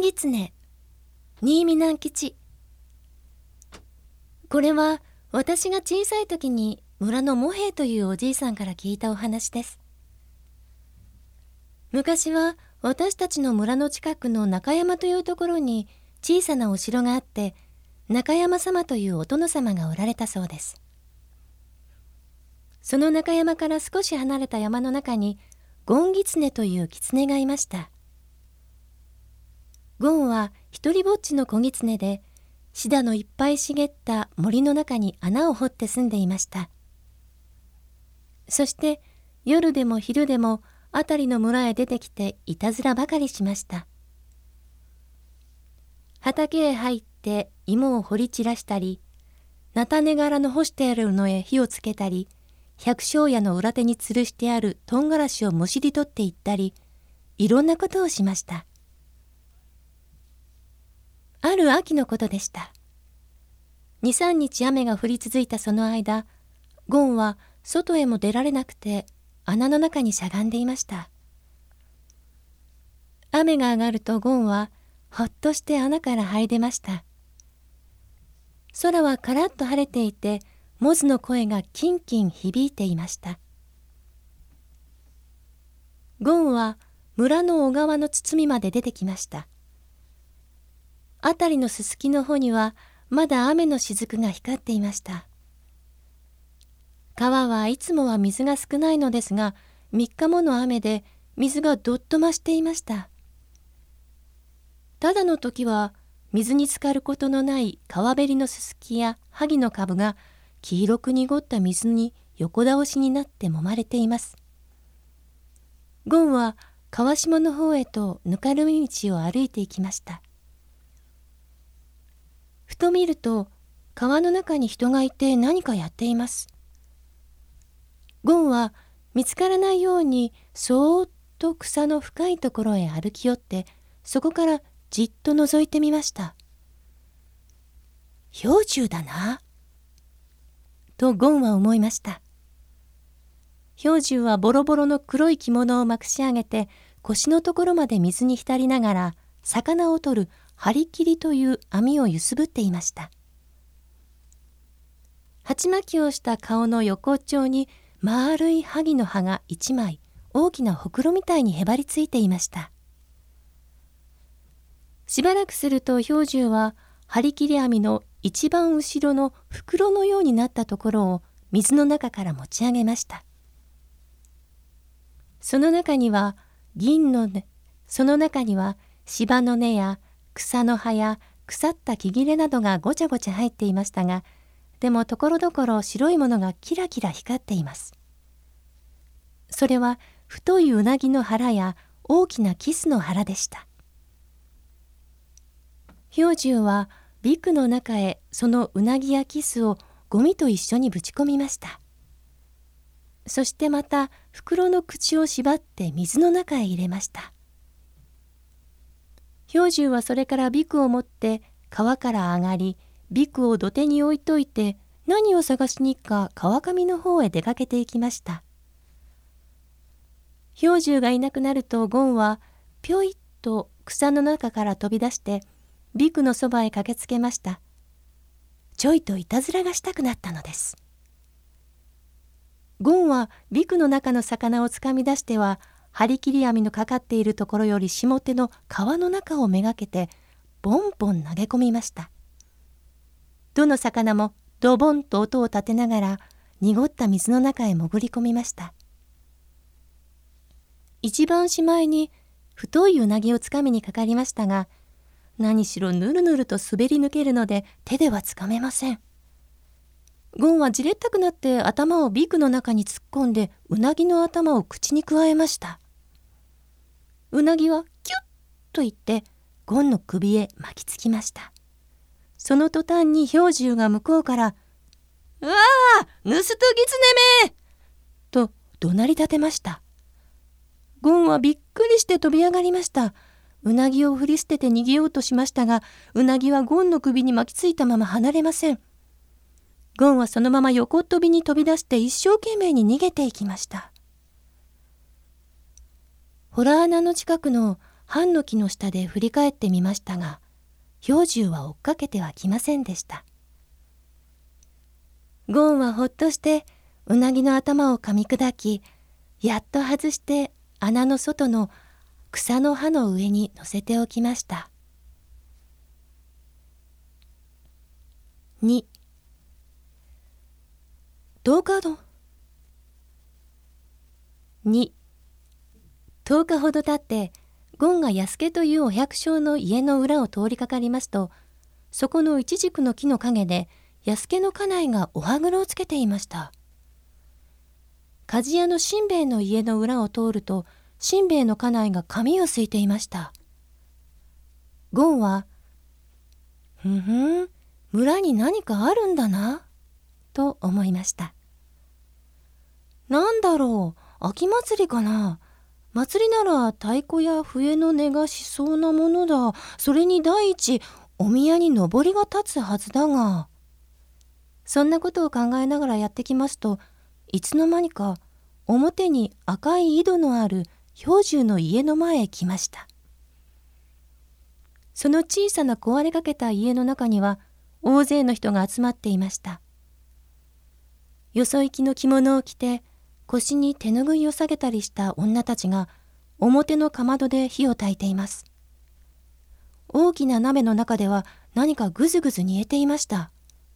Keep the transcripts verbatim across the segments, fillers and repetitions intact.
狐、新見南吉。これは私が小さい時に村の茂平というおじいさんから聞いたお話です。昔は私たちの村の近くの中山というところに小さなお城があって、中山様というお殿様がおられたそうです。その中山から少し離れた山の中にゴンギツネという狐がいました。ゴンは一りぼっちの子狐で、シダのいっぱい茂った森の中に穴を掘って住んでいました。そして夜でも昼でも辺りの村へ出てきていたずらばかりしました。畑へ入って芋を掘り散らしたり、菜種柄の干してあるのへ火をつけたり、百姓家の裏手に吊るしてあるとんがらしをむしり取っていったり、いろんなことをしました。ある秋のことでした。二三日雨が降り続いたその間、ゴンは外へも出られなくて穴の中にしゃがんでいました。雨が上がるとゴンはほっとして穴から這い出ました。空はカラッと晴れていて、モズの声がキンキン響いていました。ゴンは村の小川の包みまで出てきました。あたりのすすきの穂にはまだ雨の雫が光っていました。川はいつもは水が少ないのですが、三日もの雨で水がどっと増していました。ただの時は水に浸かることのない川べりのすすきや萩の株が黄色く濁った水に横倒しになって揉まれています。ゴンは川下の方へとぬかるみ道を歩いていきました。ふと見ると川の中に人がいて何かやっています。ゴンは見つからないようにそーっと草の深いところへ歩き寄って、そこからじっと覗いてみました。氷柱だなとゴンは思いました。氷柱はボロボロの黒い着物をまくし上げて、腰のところまで水に浸りながら魚を取る張り切りという網をゆすぶっていました。鉢巻きをした顔の横っちょに丸い萩の葉が一枚大きなほくろみたいにへばりついていました。しばらくすると氷柱は張り切り網の一番後ろの袋のようになったところを水の中から持ち上げました。その中には銀の根、その中には芝の根や草の葉や腐った木切れなどがごちゃごちゃ入っていましたが、でもところどころ白いものがキラキラ光っています。それは太いうなぎの腹や大きなキスの腹でした。氷柱はビクの中へそのうなぎやキスをゴミと一緒にぶち込みました。そしてまた袋の口を縛って水の中へ入れました。氷柱はそれからビクを持って川から上がり、ビクを土手に置いといて何を探しに行くか川上の方へ出かけていきました。氷柱がいなくなるとゴンはぴょいっと草の中から飛び出してビクのそばへ駆けつけました。ちょいといたずらがしたくなったのです。ゴンはビクの中の魚をつかみ出しては、張り切り網のかかっているところより下手の川の中をめがけてボンボン投げ込みました。どの魚もドボンと音を立てながら濁った水の中へ潜り込みました。一番しまいに太いうなぎをつかみにかかりましたが、何しろぬるぬると滑り抜けるので手ではつかめません。ゴンはじれったくなって頭をビクの中に突っ込んでうなぎの頭を口にくわえました。うなぎはキュッといってゴンの首へ巻きつきました。その途端に氷柱が向こうから「うわあ、盗人狐め!」と怒鳴り立てました。ゴンはびっくりして飛び上がりました。うなぎを振り捨てて逃げようとしましたが、うなぎはゴンの首に巻きついたまま離れません。ゴンはそのまま横っ飛びに飛び出して一生懸命に逃げていきました。洞穴の近くの藩の木の下で振り返ってみましたが、兵十は追っかけてはきませんでした。ゴンはほっとしてうなぎの頭を噛み砕き、やっと外して穴の外の草の葉の上に乗せておきました。に、とおかのに、とおかほど経って、ゴンが安家というお百姓の家の裏を通りかかりますと、そこのイチジクの木の陰で安家の家内がお歯黒をつけていました。鍛冶屋のしんべヱの家の裏を通ると、しんべヱの家内が髪をすいていました。ゴンは、ふんふん、村に何かあるんだな、と思いました。なんだろう、秋祭りかな。祭りなら太鼓や笛の音がしそうなものだ。それに第一、お宮に上りが立つはずだが。そんなことを考えながらやってきますと、いつの間にか表に赤い井戸のある兵十の家の前へ来ました。その小さな壊れかけた家の中には大勢の人が集まっていました。よそ行きの着物を着て腰に手ぬぐいを下げたりした女たちが表のかまどで火を焚いています。大きな鍋の中では何かぐずぐず煮えていました。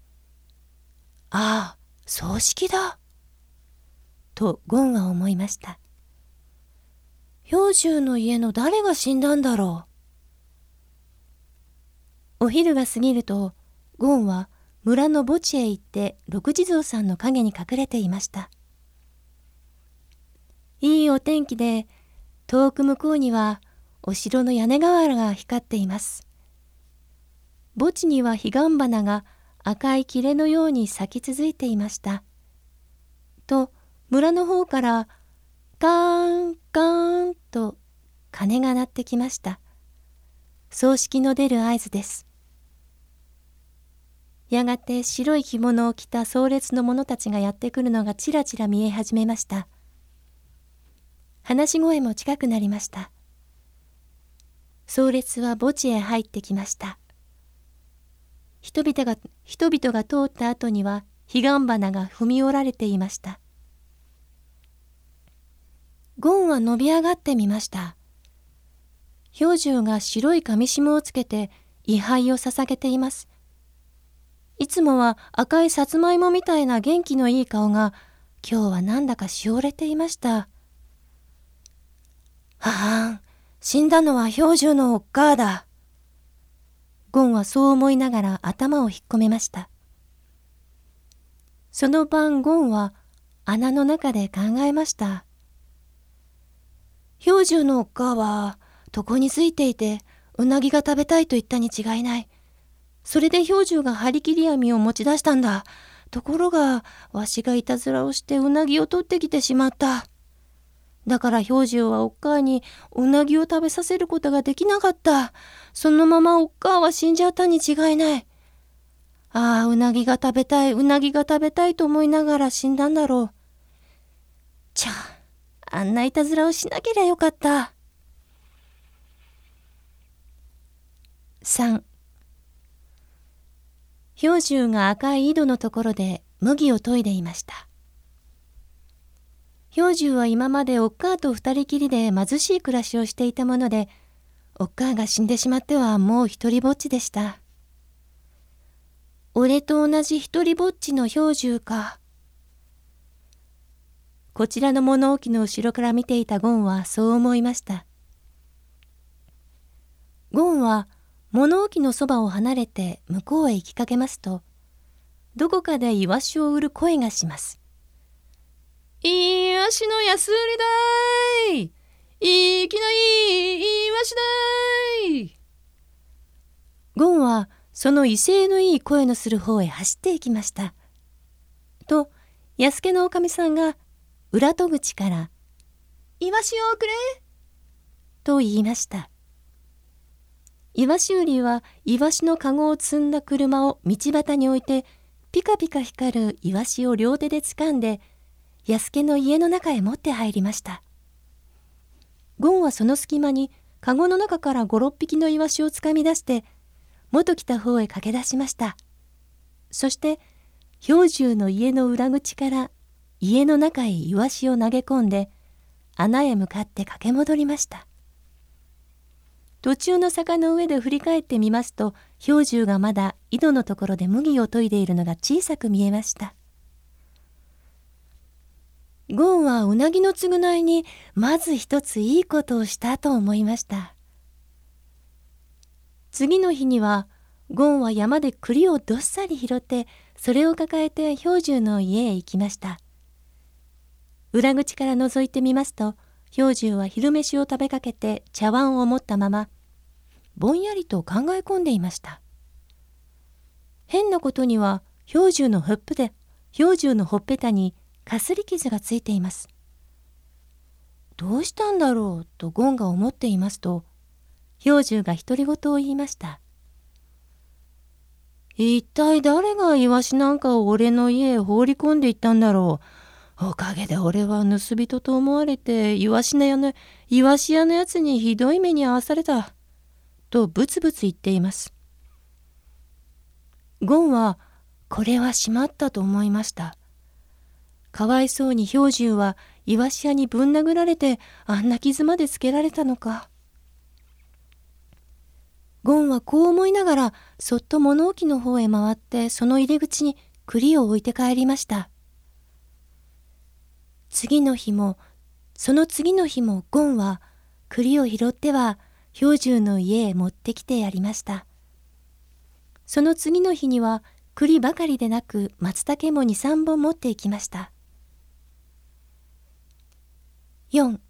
ああ、葬式だとゴンは思いました。兵十の家の誰が死んだんだろう。お昼が過ぎるとゴンは村の墓地へ行って六地蔵さんの陰に隠れていました。いいお天気で遠く向こうにはお城の屋根瓦が光っています。墓地には彼岸花が赤い切のように咲き続いていました。と村の方からカーンカーンと鐘が鳴ってきました。葬式の出る合図です。やがて白い着物を着た葬列の者たちがやってくるのがちらちら見え始めました。話し声も近くなりました。葬列は墓地へ入ってきました。人々が、人々が通った後には彼岸花が踏み折られていました。ゴンは伸び上がってみました。兵十が白い紙紐をつけて位牌を捧げています。いつもは赤いさつまいもみたいな元気のいい顔が今日はなんだかしおれていました。ははん、死んだのは兵十のおっかあだ。ゴンはそう思いながら頭を引っ込めました。その晩ゴンは穴の中で考えました。兵十のおっかあは床についていてうなぎが食べたいと言ったに違いない。それで兵十が張り切り網を持ち出したんだ。ところがわしがいたずらをしてうなぎを取ってきてしまった。だから兵十はおっかあにうなぎを食べさせることができなかった。そのままおっかあは死んじゃったに違いない。ああ、うなぎが食べたい、うなぎが食べたいと思いながら死んだんだろう。ちゃあ、あんないたずらをしなけりゃよかった。さん、兵十が赤い井戸のところで麦を研いでいました。兵十は今までおっかあと二人きりで貧しい暮らしをしていたもので、おっかあが死んでしまってはもう一りぼっちでした。俺と同じ一りぼっちの兵十か。こちらの物置の後ろから見ていたゴンはそう思いました。ゴンは物置のそばを離れて向こうへ行きかけますと、どこかでイワシを売る声がします。イワシの安売りだい、生きのいいイワシだい。ゴンはその威勢のいい声のする方へ走っていきました。と、安家のおかみさんが裏戸口からイワシをくれと言いました。イワシ売りはイワシのかごを積んだ車を道端に置いて、ピカピカ光るイワシを両手で掴んで安家の家の中へ持って入りました。ゴンはその隙間にかごの中からご、ろっぴきのイワシをつかみ出して、元来た方へ駆け出しました。そして、兵十の家の裏口から家の中へイワシを投げ込んで、穴へ向かって駆け戻りました。途中の坂の上で振り返ってみますと、兵十がまだ井戸のところで麦を研いでいるのが小さく見えました。ゴンはうなぎの償いにまず一ついいことをしたと思いました。次の日にはゴンは山で栗をどっさり拾ってそれを抱えて兵十の家へ行きました。裏口から覗いてみますと、兵十は昼飯を食べかけて茶碗を持ったままぼんやりと考え込んでいました。変なことには兵十のほっぺで兵十のほっぺたにかすり傷がついています。どうしたんだろうとゴンが思っていますと、兵十が独り言を言いました。一体誰がイワシなんかを俺の家へ放り込んでいったんだろう。おかげで俺は盗人と思われてイワシ屋のイワシ屋のやつにひどい目に遭わされた。とブツブツ言っています。ゴンはこれはしまったと思いました。かわいそうに兵十はイワシ屋にぶん殴られてあんな傷までつけられたのか。ゴンはこう思いながらそっと物置の方へ回ってその入り口に栗を置いて帰りました。次の日もその次の日もゴンは栗を拾っては兵十の家へ持ってきてやりました。その次の日には栗ばかりでなく松茸もに、さんぼん持っていきました。よん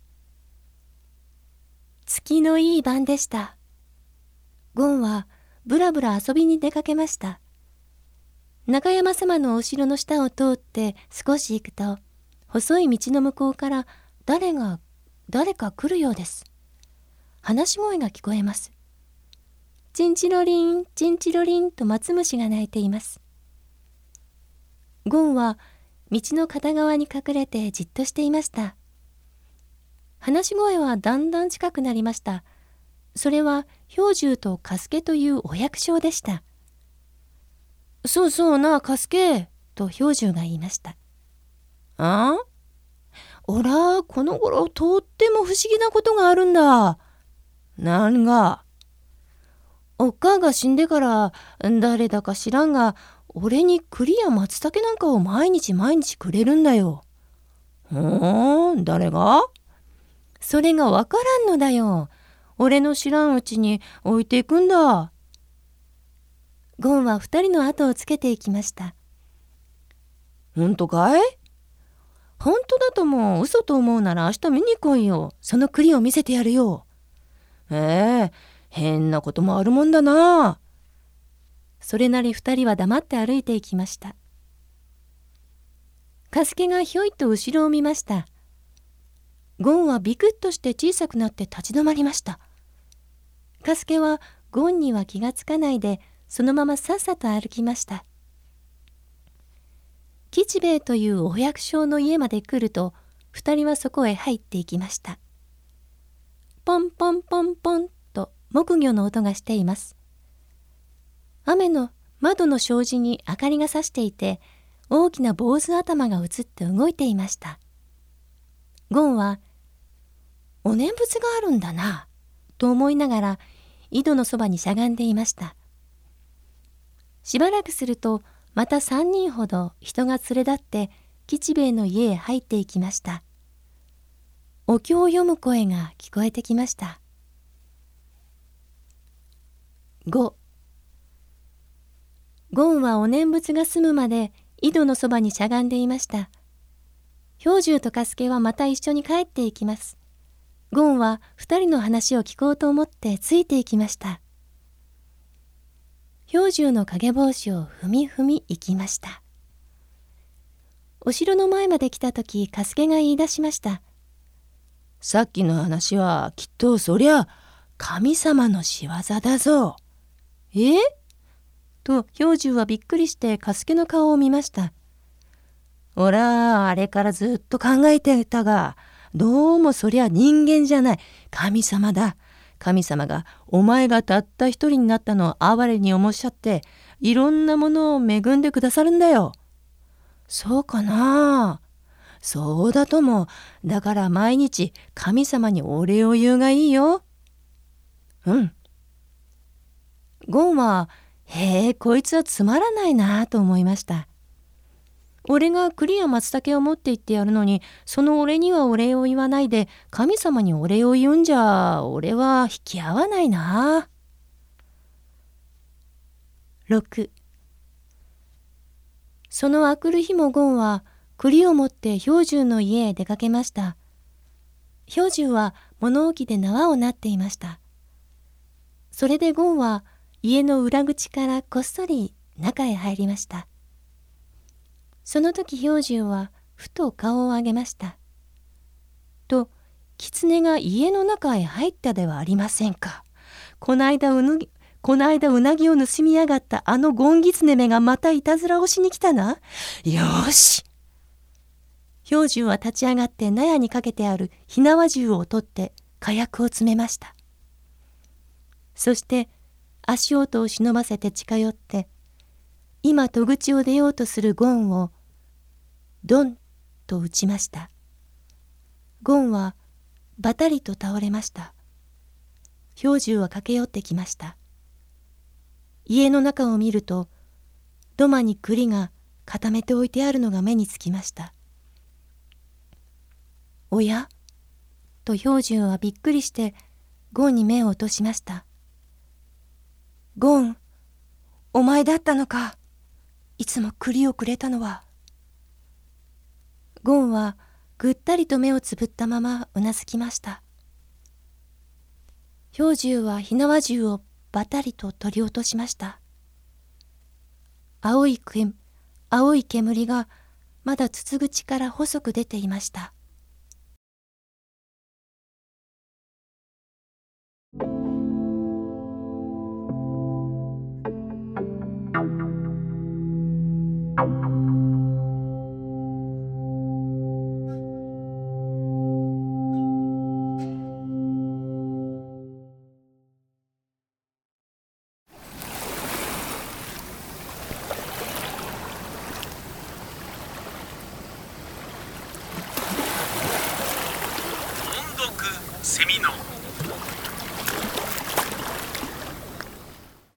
月のいい晩でした。ゴンはぶらぶら遊びに出かけました。中山様のお城の下を通って少し行くと、細い道の向こうから誰が誰か来るようです。話し声が聞こえます。チンチロリンチンチロリンと松虫が鳴いています。ゴンは道の片側に隠れてじっとしていました。話し声はだんだん近くなりました。それは兵十とカスケというお百姓でした。そうそうな、カスケと兵十が言いました。ああ、おら、この頃とっても不思議なことがあるんだ。何が？おっかあが死んでから誰だか知らんが、俺に栗や松茸なんかを毎日毎日くれるんだよ。ほーん、誰が？それがわからんのだよ。俺の知らんうちに置いていくんだ。ゴンは二人の後をつけていきました。ほんとかい？ほんとだとも、嘘と思うなら明日見に来いよ。その栗を見せてやるよ。ええ、変なこともあるもんだな。それなり二人は黙って歩いていきました。カスケがひょいと後ろを見ました。ゴンはビクッとして小さくなって立ち止まりました。カスケはゴンには気がつかないでそのままさっさと歩きました。吉兵衛というお百姓の家まで来ると二人はそこへ入っていきました。ポンポンポンポンと木魚の音がしています。雨の窓の障子に明かりがさしていて大きな坊主頭が映って動いていました。ゴンはお念仏があるんだなと思いながら井戸のそばにしゃがんでいました。しばらくするとまた三人ほど人が連れ立って吉兵衛の家へ入っていきました。お経を読む声が聞こえてきました。ごゴンはお念仏が済むまで井戸のそばにしゃがんでいました。兵十とカスケはまた一緒に帰っていきます。ゴンは二人の話を聞こうと思ってついていきました。兵十の影帽子を踏み踏み行きました。お城の前まで来たとき、カスケが言い出しました。さっきの話はきっとそりゃ神様の仕業だぞ。え？と兵十はびっくりしてカスケの顔を見ました。おら、あれからずっと考えてたが、 どうもそりゃ人間じゃない、神様だ。神様がお前がたった一人になったのを哀れに思っしゃって、いろんなものを恵んでくださるんだよ。そうかな。そうだとも。だから毎日神様にお礼を言うがいいよ。うん。ゴンは、へえ、こいつはつまらないなと思いました。俺が栗や松茸を持って行ってやるのに、その俺にはお礼を言わないで神様にお礼を言うんじゃ、俺は引き合わないな。ろく。そのあくる日もゴンは栗を持って兵十の家へ出かけました。兵十は物置で縄をなっていました。それでゴンは家の裏口からこっそり中へ入りました。その時兵十はふと顔を上げました。と、狐が家の中へ入ったではありませんか。こないだうぬぎ、こないだうなぎを盗みやがったあのゴンギツネめがまたいたずらをしに来たな。よーし。兵十は立ち上がって納屋にかけてある火縄銃を取って火薬を詰めました。そして足音を忍ばせて近寄って、今戸口を出ようとするゴンをドンと打ちました。ゴンはばたりと倒れました。兵十は駆け寄ってきました。家の中を見ると、土間に栗が固めて置いてあるのが目につきました。おやと兵十はびっくりしてゴンに目を落としました。ゴン、お前だったのか。いつも栗をくれたのは。ゴンはぐったりと目をつぶったままうなずきました。兵十は火縄銃をばたりと取り落としました。青いけ、青い煙がまだ筒口から細く出ていました。